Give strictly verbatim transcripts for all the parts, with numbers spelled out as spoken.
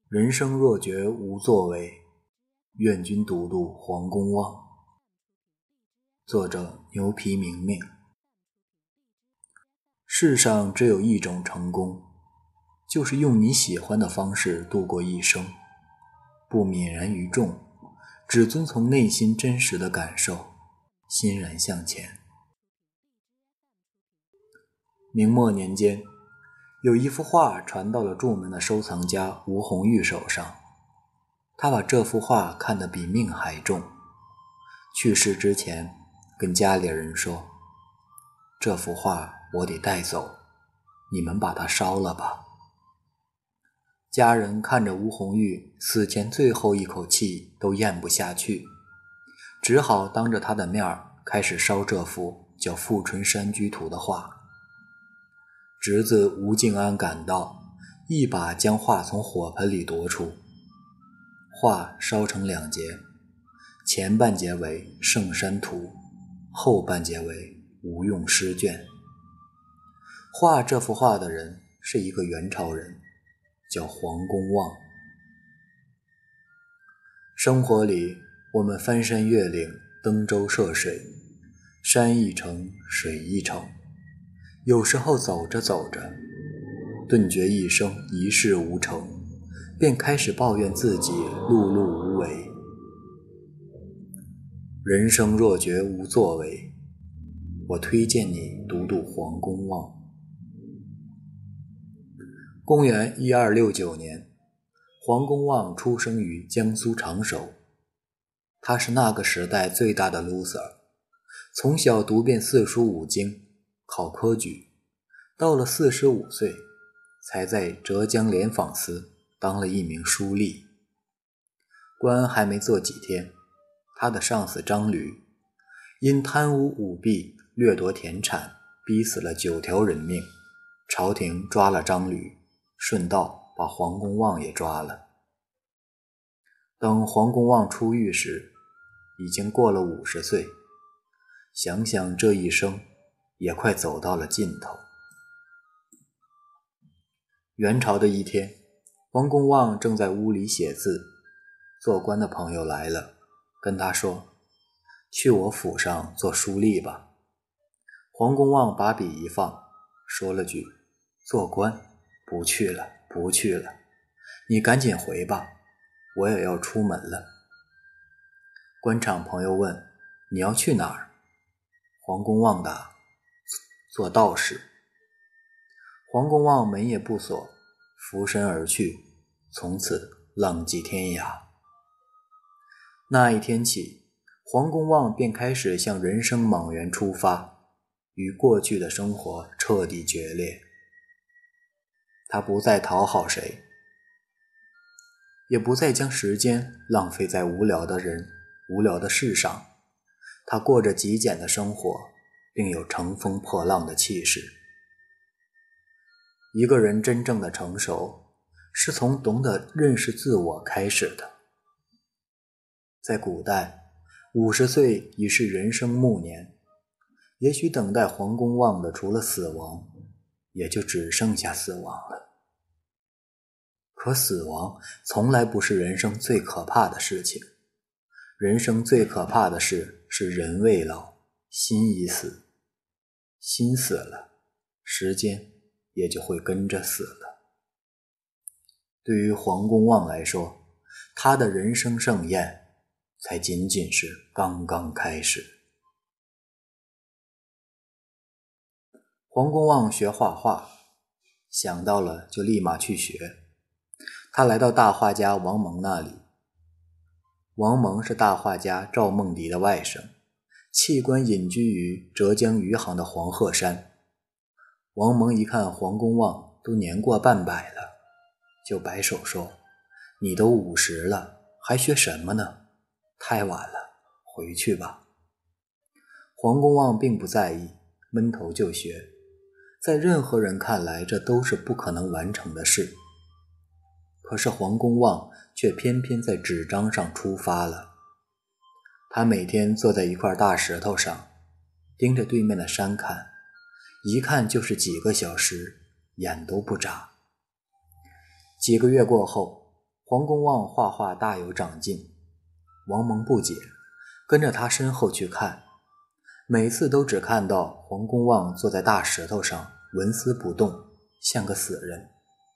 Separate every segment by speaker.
Speaker 1: 人生若觉无作为，愿君独渡黄公望。作者牛皮明明。世上只有一种成功，就是用你喜欢的方式度过一生，不泯然于众，只遵从内心真实的感受，欣然向前。明末年间，有一幅画传到了著名的收藏家吴红玉手上，他把这幅画看得比命还重。去世之前跟家里人说，这幅画我得带走，你们把它烧了吧。家人看着吴红玉死前最后一口气都咽不下去，只好当着他的面开始烧这幅叫《富春山居图》的画。侄子吴敬安赶到，一把将画从火盆里夺出。画烧成两截，前半截为圣山图，后半截为无用诗卷。画这幅画的人是一个元朝人，叫黄公望。生活里，我们翻山越岭，登舟涉水，山一程，水一程，有时候走着走着，顿觉一生一事无成，便开始抱怨自己碌碌无为。人生若觉无作为，我推荐你读读黄公望。公元一二六九年，黄公望出生于江苏常熟。他是那个时代最大的 loser， 从小读遍四书五经，考科举，到了四十五岁，才在浙江联访司当了一名书吏。官还没做几天，他的上司张驴因贪污舞弊、掠夺田产，逼死了九条人命。朝廷抓了张驴，顺道把黄公望也抓了。等黄公望出狱时，已经过了五十岁，想想这一生也快走到了尽头。元朝的一天，黄公望正在屋里写字，做官的朋友来了，跟他说，去我府上做书吏吧。黄公望把笔一放，说了句，做官？不去了，不去了，你赶紧回吧，我也要出门了。官场朋友问，你要去哪儿？黄公望答，做道士。黄公望门也不锁，拂身而去，从此浪迹天涯。那一天起，黄公望便开始向人生莽原出发，与过去的生活彻底决裂。他不再讨好谁，也不再将时间浪费在无聊的人、无聊的事上。他过着极简的生活，并有乘风破浪的气势。一个人真正的成熟，是从懂得认识自我开始的。在古代，五十岁已是人生暮年，也许等待黄公望的除了死亡，也就只剩下死亡了。可死亡从来不是人生最可怕的事情，人生最可怕的事是人未老，心已死。心死了，时间也就会跟着死了。对于黄公望来说，他的人生盛宴才仅仅是刚刚开始。黄公望学画画，想到了就立马去学。他来到大画家王蒙那里。王蒙是大画家赵梦迪的外甥，弃官隐居于浙江余杭的黄鹤山。王蒙一看黄公望都年过半百了，就摆手说，你都五十了，还学什么呢？太晚了，回去吧。黄公望并不在意，闷头就学。在任何人看来，这都是不可能完成的事。可是黄公望却偏偏在纸张上出发了。他每天坐在一块大石头上，盯着对面的山看，一看就是几个小时，眼都不眨。几个月过后， 黄公望画画大有长进，王蒙不解，跟着他身后去看，每次都只看到黄公望坐在大石头上纹丝不动，像个死人。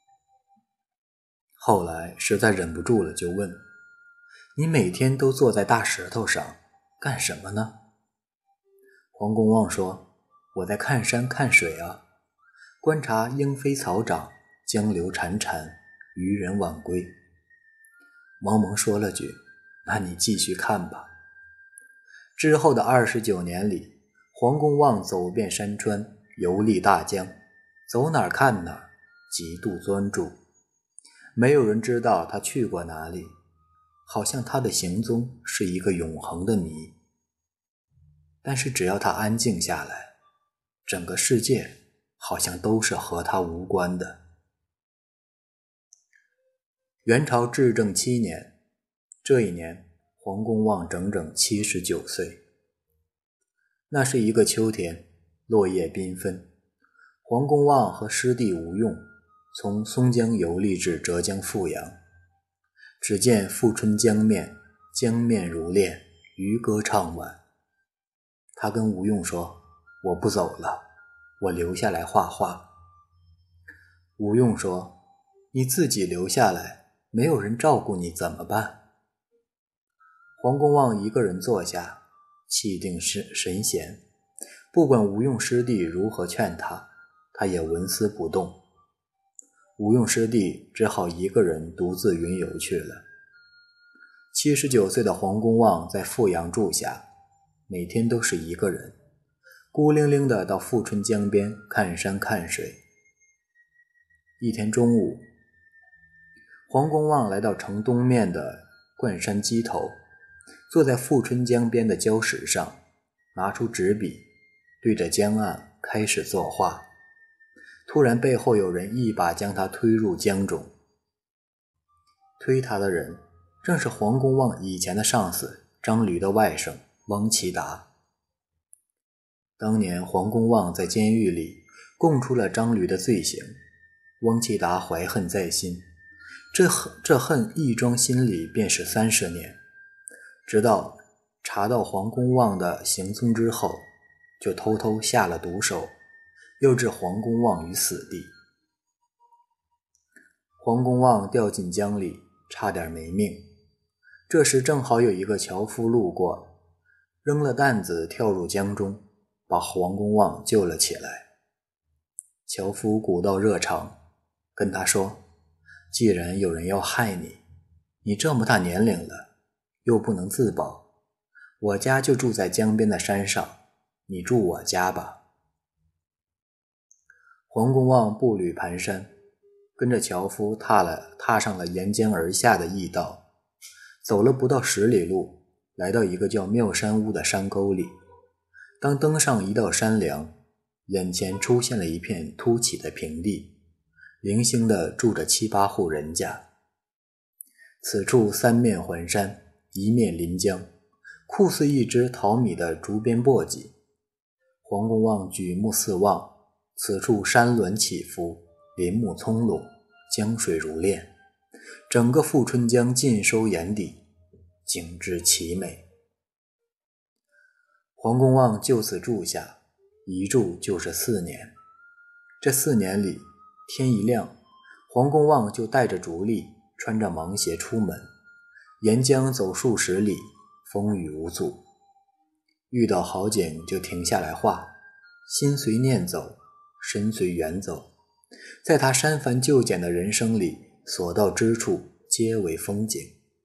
Speaker 1: 后来实在忍不住了，就问：你每天都坐在大石头上干什么呢？黄公望说：我在看山看水啊，观察莺飞草长，江流潺潺，渔人晚归。王蒙说了句：那你继续看吧。之后的二十九年里，黄公望走遍山川，游历大江，走哪儿看哪儿，极度专注。没有人知道他去过哪里，好像他的行踪是一个永恒的谜。但是只要他安静下来，整个世界好像都是和他无关的。元朝至正七年，这一年黄公望整整七十九岁。那是一个秋天，落叶缤纷，黄公望和师弟吴用从松江游历至浙江富阳。只见富春江面，江面如练，渔歌唱晚。他跟吴用说：我不走了，我留下来画画。吴用说：你自己留下来，没有人照顾你怎么办？黄公望一个人坐下，气定神闲，不管吴用师弟如何劝他，他也纹丝不动。吴用师弟只好一个人独自云游去了。七十九岁的黄公望在富阳住下，每天都是一个人，孤零零地到富春江边看山看水。一天中午，黄公望来到城东面的灌山矶头，坐在富春江边的礁石上，拿出纸笔，对着江岸开始作画。突然背后有人一把将他推入江中。推他的人正是黄公望以前的上司张驴的外甥汪其达。当年黄公望在监狱里供出了张驴的罪行，汪其达怀恨在心，这恨这恨一装心里便是三十年，直到查到黄公望的行踪之后，就偷偷下了毒手，又置黄公望于死地。黄公望掉进江里，差点没命。这时正好有一个樵夫路过，扔了担子跳入江中，把黄公望救了起来。樵夫古道热肠，跟他说：既然有人要害你，你这么大年龄了，又不能自保，我家就住在江边的山上，你住我家吧。黄公望步履蹒跚，跟着樵夫踏了踏上了沿江而下的驿道，走了不到十里路，来到一个叫妙山屋的山沟里。当登上一道山梁，眼前出现了一片凸起的平地，零星地住着七八户人家。此处三面环山，一面临江，酷似一只淘米的竹编簸箕。黄公望举目四望，此处山峦起伏，林木葱茏，江水如练，整个富春江尽收眼底，景致奇美。黄公望就此住下，一住就是四年。这四年里，天一亮，黄公望就带着竹笠，穿着芒鞋出门，沿江走数十里，风雨无阻。遇到好景就停下来画，心随念走，身随缘走。在他删繁就简的人生里，所到之处皆为风景。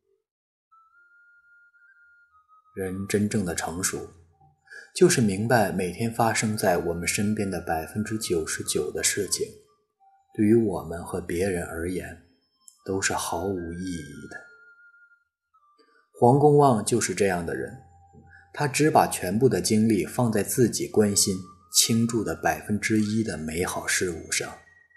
Speaker 1: 人真正的成熟，就是明白每天发生在我们身边的 百分之九十九 的事情，对于我们和别人而言都是毫无意义的。黄公望就是这样的人，他只把全部的精力放在自己关心倾注的百分之一的美好事物上。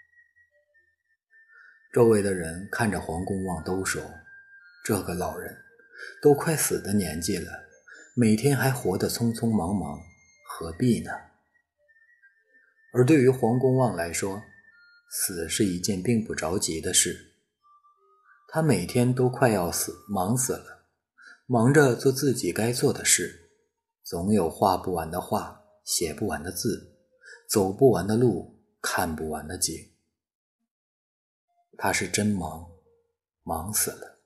Speaker 1: 周围的人看着黄公望都说，这个老人都快死的年纪了，每天还活得匆匆忙忙，何必呢？而对于黄公望来说，死是一件并不着急的事。 他每天都快要死，忙死了，忙着做自己该做的事，总有画不完的画，写不完的字，走不完的路，看不完的景。他是真忙，忙死了。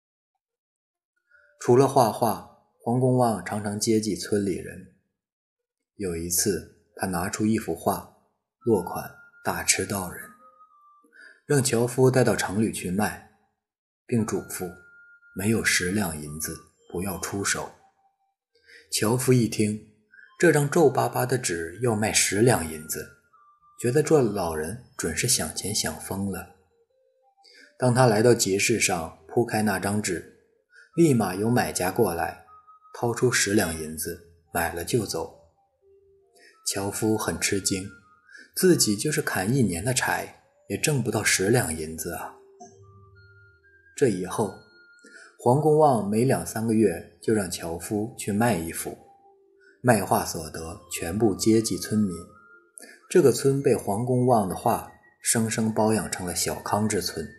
Speaker 1: 除了画画，黄公望常常接济村里人。有一次，他拿出一幅画，落款大吃道人，让樵夫带到城里去卖，并嘱咐没有十两银子不要出手。樵夫一听，这张皱巴巴的纸要卖十两银子，觉得这老人准是想钱想疯了。当他来到集市上铺开那张纸，立马有买家过来，掏出十两银子，买了就走。樵夫很吃惊，自己就是砍一年的柴，也挣不到十两银子啊。这以后，黄公望每两三个月就让樵夫去卖一幅，卖画所得全部接济村民。这个村被黄公望的画生生包养成了小康之村。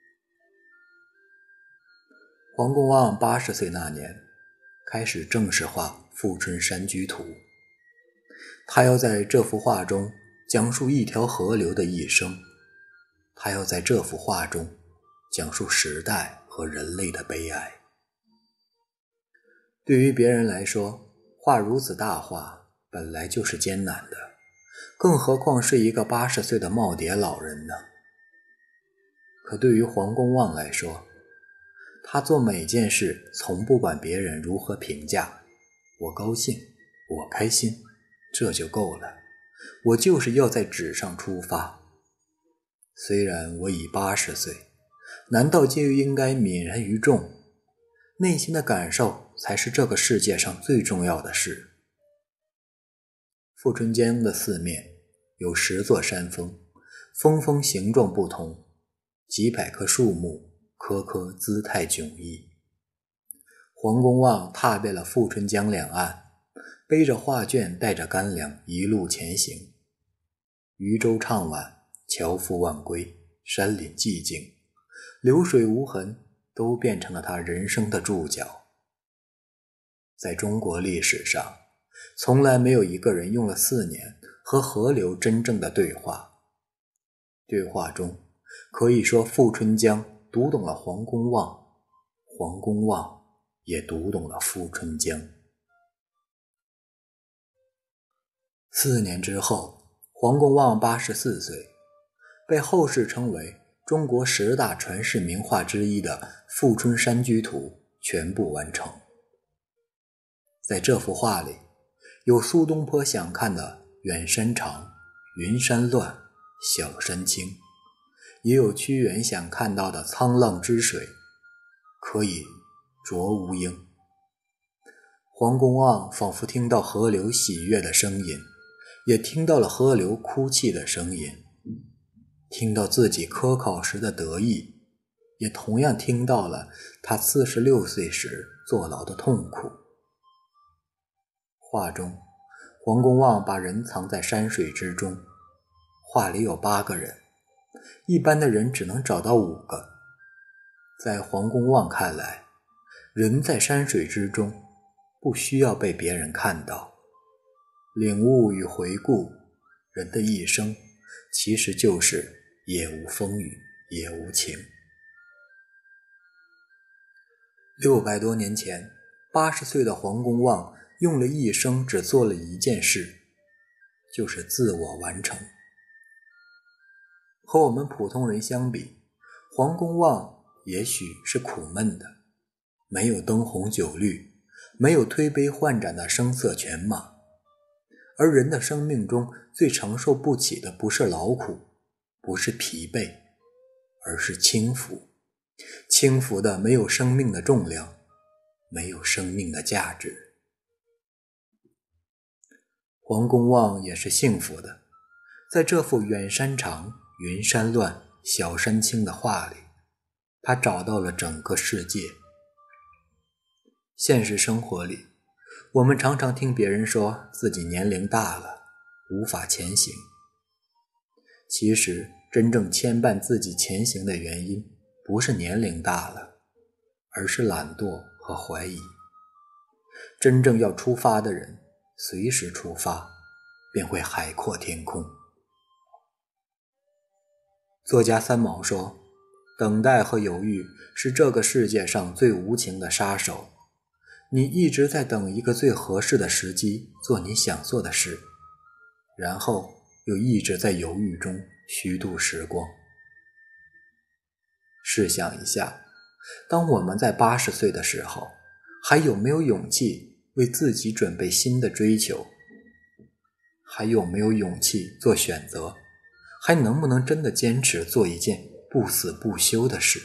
Speaker 1: 黄公望八十岁那年，开始正式画《富春山居图》。他要在这幅画中讲述一条河流的一生，他要在这幅画中讲述时代和人类的悲哀。对于别人来说，画如此大画本来就是艰难的，更何况是一个八十岁的耄耋老人呢？可对于黄公望来说，他做每件事从不管别人如何评价，我高兴，我开心，这就够了。我就是要在纸上出发。虽然我已八十岁，难道就应该泯然于众？内心的感受才是这个世界上最重要的事。富春江的四面有十座山峰，峰峰形状不同，几百棵树木，棵棵姿态迥异。黄公望踏遍了富春江两岸，背着画卷，带着干粮，一路前行。渔舟唱晚，樵夫晚归，山林寂静，流水无痕，都变成了他人生的注脚。在中国历史上，从来没有一个人用了四年和河流真正的对话。对话中，可以说富春江读懂了黄公望，黄公望也读懂了富春江。四年之后，黄公望八十四岁，被后世称为中国十大传世名画之一的《富春山居图》全部完成。在这幅画里，有苏东坡想看的远山长，云山乱，小山青，也有屈原想看到的沧浪之水，可以濯无缨。黄公望仿佛听到河流喜悦的声音，也听到了河流哭泣的声音，听到自己科考时的得意，也同样听到了他四十六岁时坐牢的痛苦。画中，黄公望把人藏在山水之中，画里有八个人，一般的人只能找到五个。在黄公望看来，人在山水之中，不需要被别人看到。领悟与回顾，人的一生其实就是也无风雨也无晴。六百多年前，八十岁的黄公望用了一生只做了一件事，就是自我完成。和我们普通人相比，黄公望也许是苦闷的，没有灯红酒绿，没有推杯换盏的声色犬马。而人的生命中最承受不起的不是劳苦，不是疲惫，而是轻浮。轻浮的没有生命的重量，没有生命的价值。黄公望也是幸福的，在这幅远山长，云山乱，小山青的画里，他找到了整个世界。现实生活里，我们常常听别人说自己年龄大了，无法前行。其实真正牵绊自己前行的原因， 不是年龄大了，而是懒惰和怀疑。真正要出发的人，随时出发，便会海阔天空。作家三毛说，等待和犹豫是这个世界上最无情的杀手。你一直在等一个最合适的时机做你想做的事，然后又一直在犹豫中虚度时光。试想一下，当我们在八十岁的时候，还有没有勇气为自己准备新的追求？还有没有勇气做选择？还能不能真的坚持做一件不死不休的事？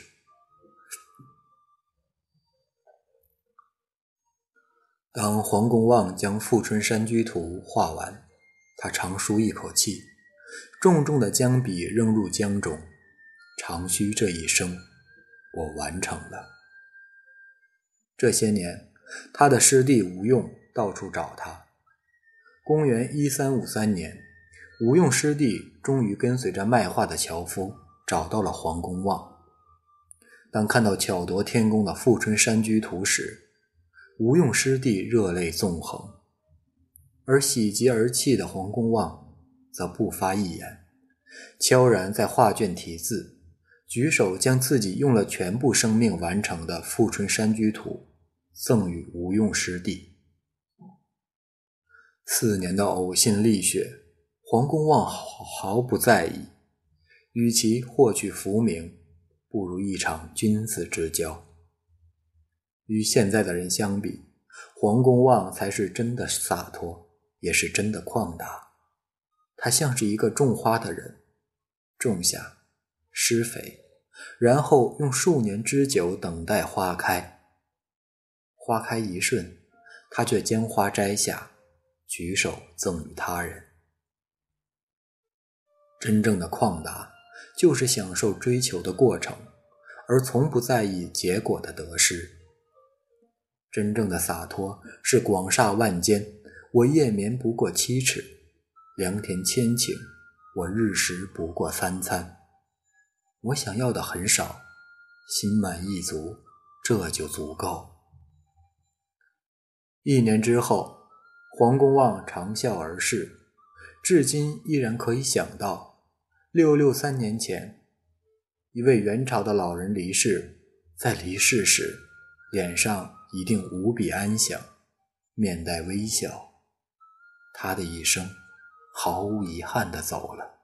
Speaker 1: 当黄公望将《富春山居图》画完，他长舒一口气，重重地将笔扔入江中，长吁这一声，我完成了。这些年，他的师弟吴用到处找他。公元一三五三年，吴用师弟终于跟随着卖画的樵夫找到了黄公望。当看到巧夺天工的《富春山居图》时，吴用师弟热泪纵横，而喜极而泣的黄公望则不发一言，悄然在画卷题字，举手将自己用了全部生命完成的《富春山居图》赠予吴用师弟。四年的呕心沥血，黄公望毫不在意，与其获取浮名，不如一场君子之交。与现在的人相比，黄公望才是真的洒脱，也是真的旷达。他像是一个种花的人，种下，施肥，然后用数年之久等待花开。花开一瞬，他却将花摘下，举手赠与他人。真正的旷达，就是享受追求的过程，而从不在意结果的得失。真正的洒脱是广厦万间，我夜眠不过七尺；良田千顷，我日食不过三餐。我想要的很少，心满意足，这就足够。一年之后，黄公望长啸而逝，至今依然可以想到，六六三年前，一位元朝的老人离世，在离世时，脸上一定无比安详，面带微笑。他的一生毫无遗憾地走了。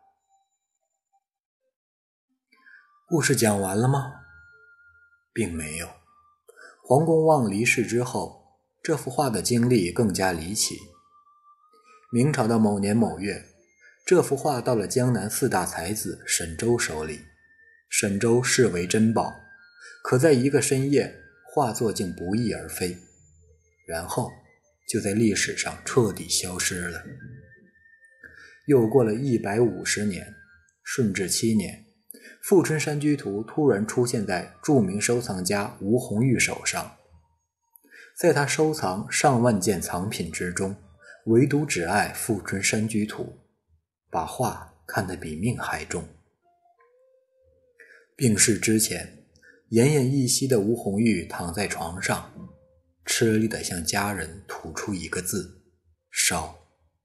Speaker 1: 故事讲完了吗？并没有。黄公望离世之后，这幅画的经历更加离奇。明朝的某年某月，这幅画到了江南四大才子沈周手里，沈周视为珍宝，可在一个深夜，画作竟不翼而飞，然后就在历史上彻底消失了。又过了一百五十年，顺治七年，《富春山居图》突然出现在著名收藏家吴红玉手上。在他收藏上万件藏品之中，唯独只爱《富春山居图》，把画看得比命还重。病逝之前，奄奄一息的吴红玉躺在床上，吃力地向家人吐出一个字：烧。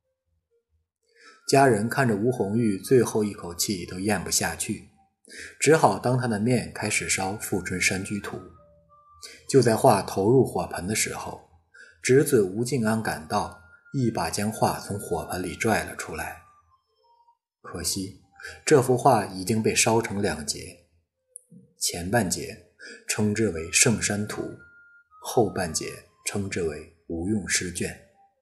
Speaker 1: 家人看着吴红玉最后一口气都咽不下去，只好当他的面开始烧《富春山居图》。就在画投入火盆的时候，侄子吴敬安赶到，一把将画从火盆里拽了出来。可惜这幅画已经被烧成两截，前半截称之为圣山图，后半截称之为吴用诗卷。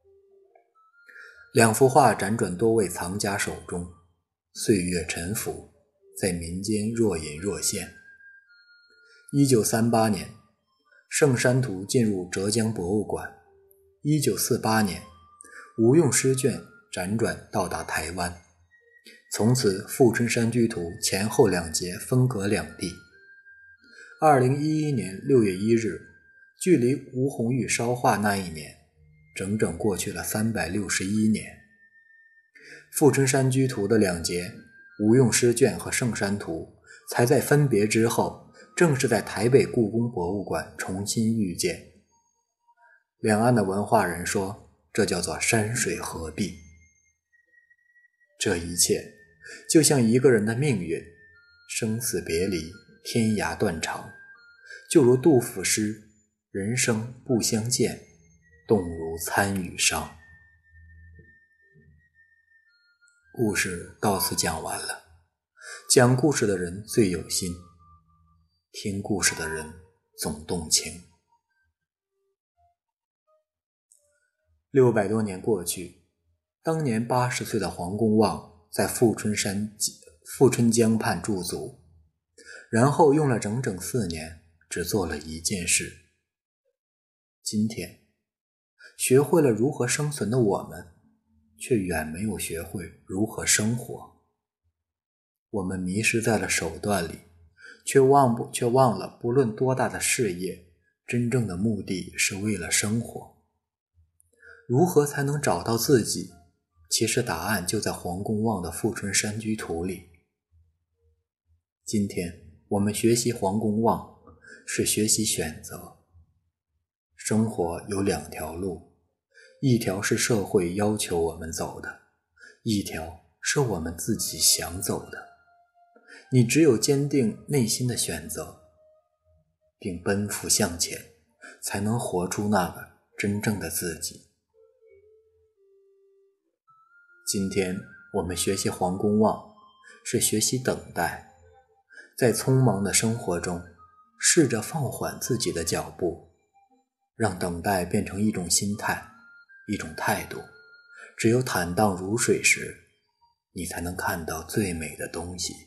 Speaker 1: 两幅画辗转多位藏家手中，岁月沉浮，在民间若隐若现。一九三八年，圣山图进入浙江博物馆。一九四八年，吴用诗卷辗转到达台湾。从此，《富春山居图》前后两节分隔两地。二零一一年六月一日，距离吴红玉烧画那一年，整整过去了三百六十一年。《富春山居图》的两节，吴用诗卷和圣山图，才在分别之后， 正是在台北故宫博物馆重新遇见。两岸的文化人说，这叫做山水合璧。这一切就像一个人的命运，生死别离，天涯断肠，就如杜甫诗人生不相见，动如参与商。故事到此讲完了。讲故事的人最有心，听故事的人总动情。六百多年过去，当年八十岁的黄公望在富春山富春江畔驻足，然后用了整整四年，只做了一件事。今天，学会了如何生存的我们，却远没有学会如何生活。我们迷失在了手段里，却忘不却忘了不论多大的事业，真正的目的是为了生活。如何才能找到自己？其实答案就在黄公望的富春山居图里。今天我们学习黄公望，是学习选择。生活有两条路，一条是社会要求我们走的，一条是我们自己想走的。你只有坚定内心的选择，并奔赴向前，才能活出那个真正的自己。今天我们学习黄公望，是学习等待。在匆忙的生活中，试着放缓自己的脚步，让等待变成一种心态，一种态度。只有坦荡如水时，你才能看到最美的东西。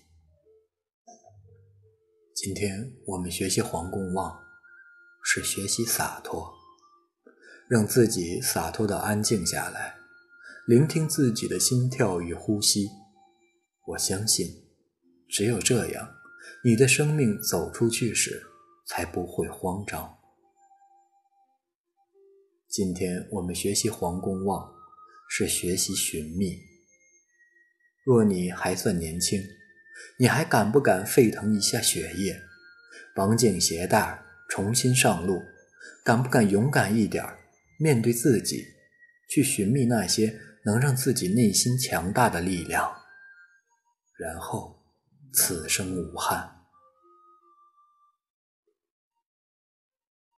Speaker 1: 今天我们学习黄公望，是学习洒脱，让自己洒脱地安静下来，聆听自己的心跳与呼吸。我相信，只有这样，你的生命走出去时，才不会慌张。今天我们学习黄公望，是学习寻觅。若你还算年轻，你还敢不敢沸腾一下血液，绑紧鞋带，重新上路？敢不敢勇敢一点，面对自己，去寻觅那些能让自己内心强大的力量？然后此生无憾。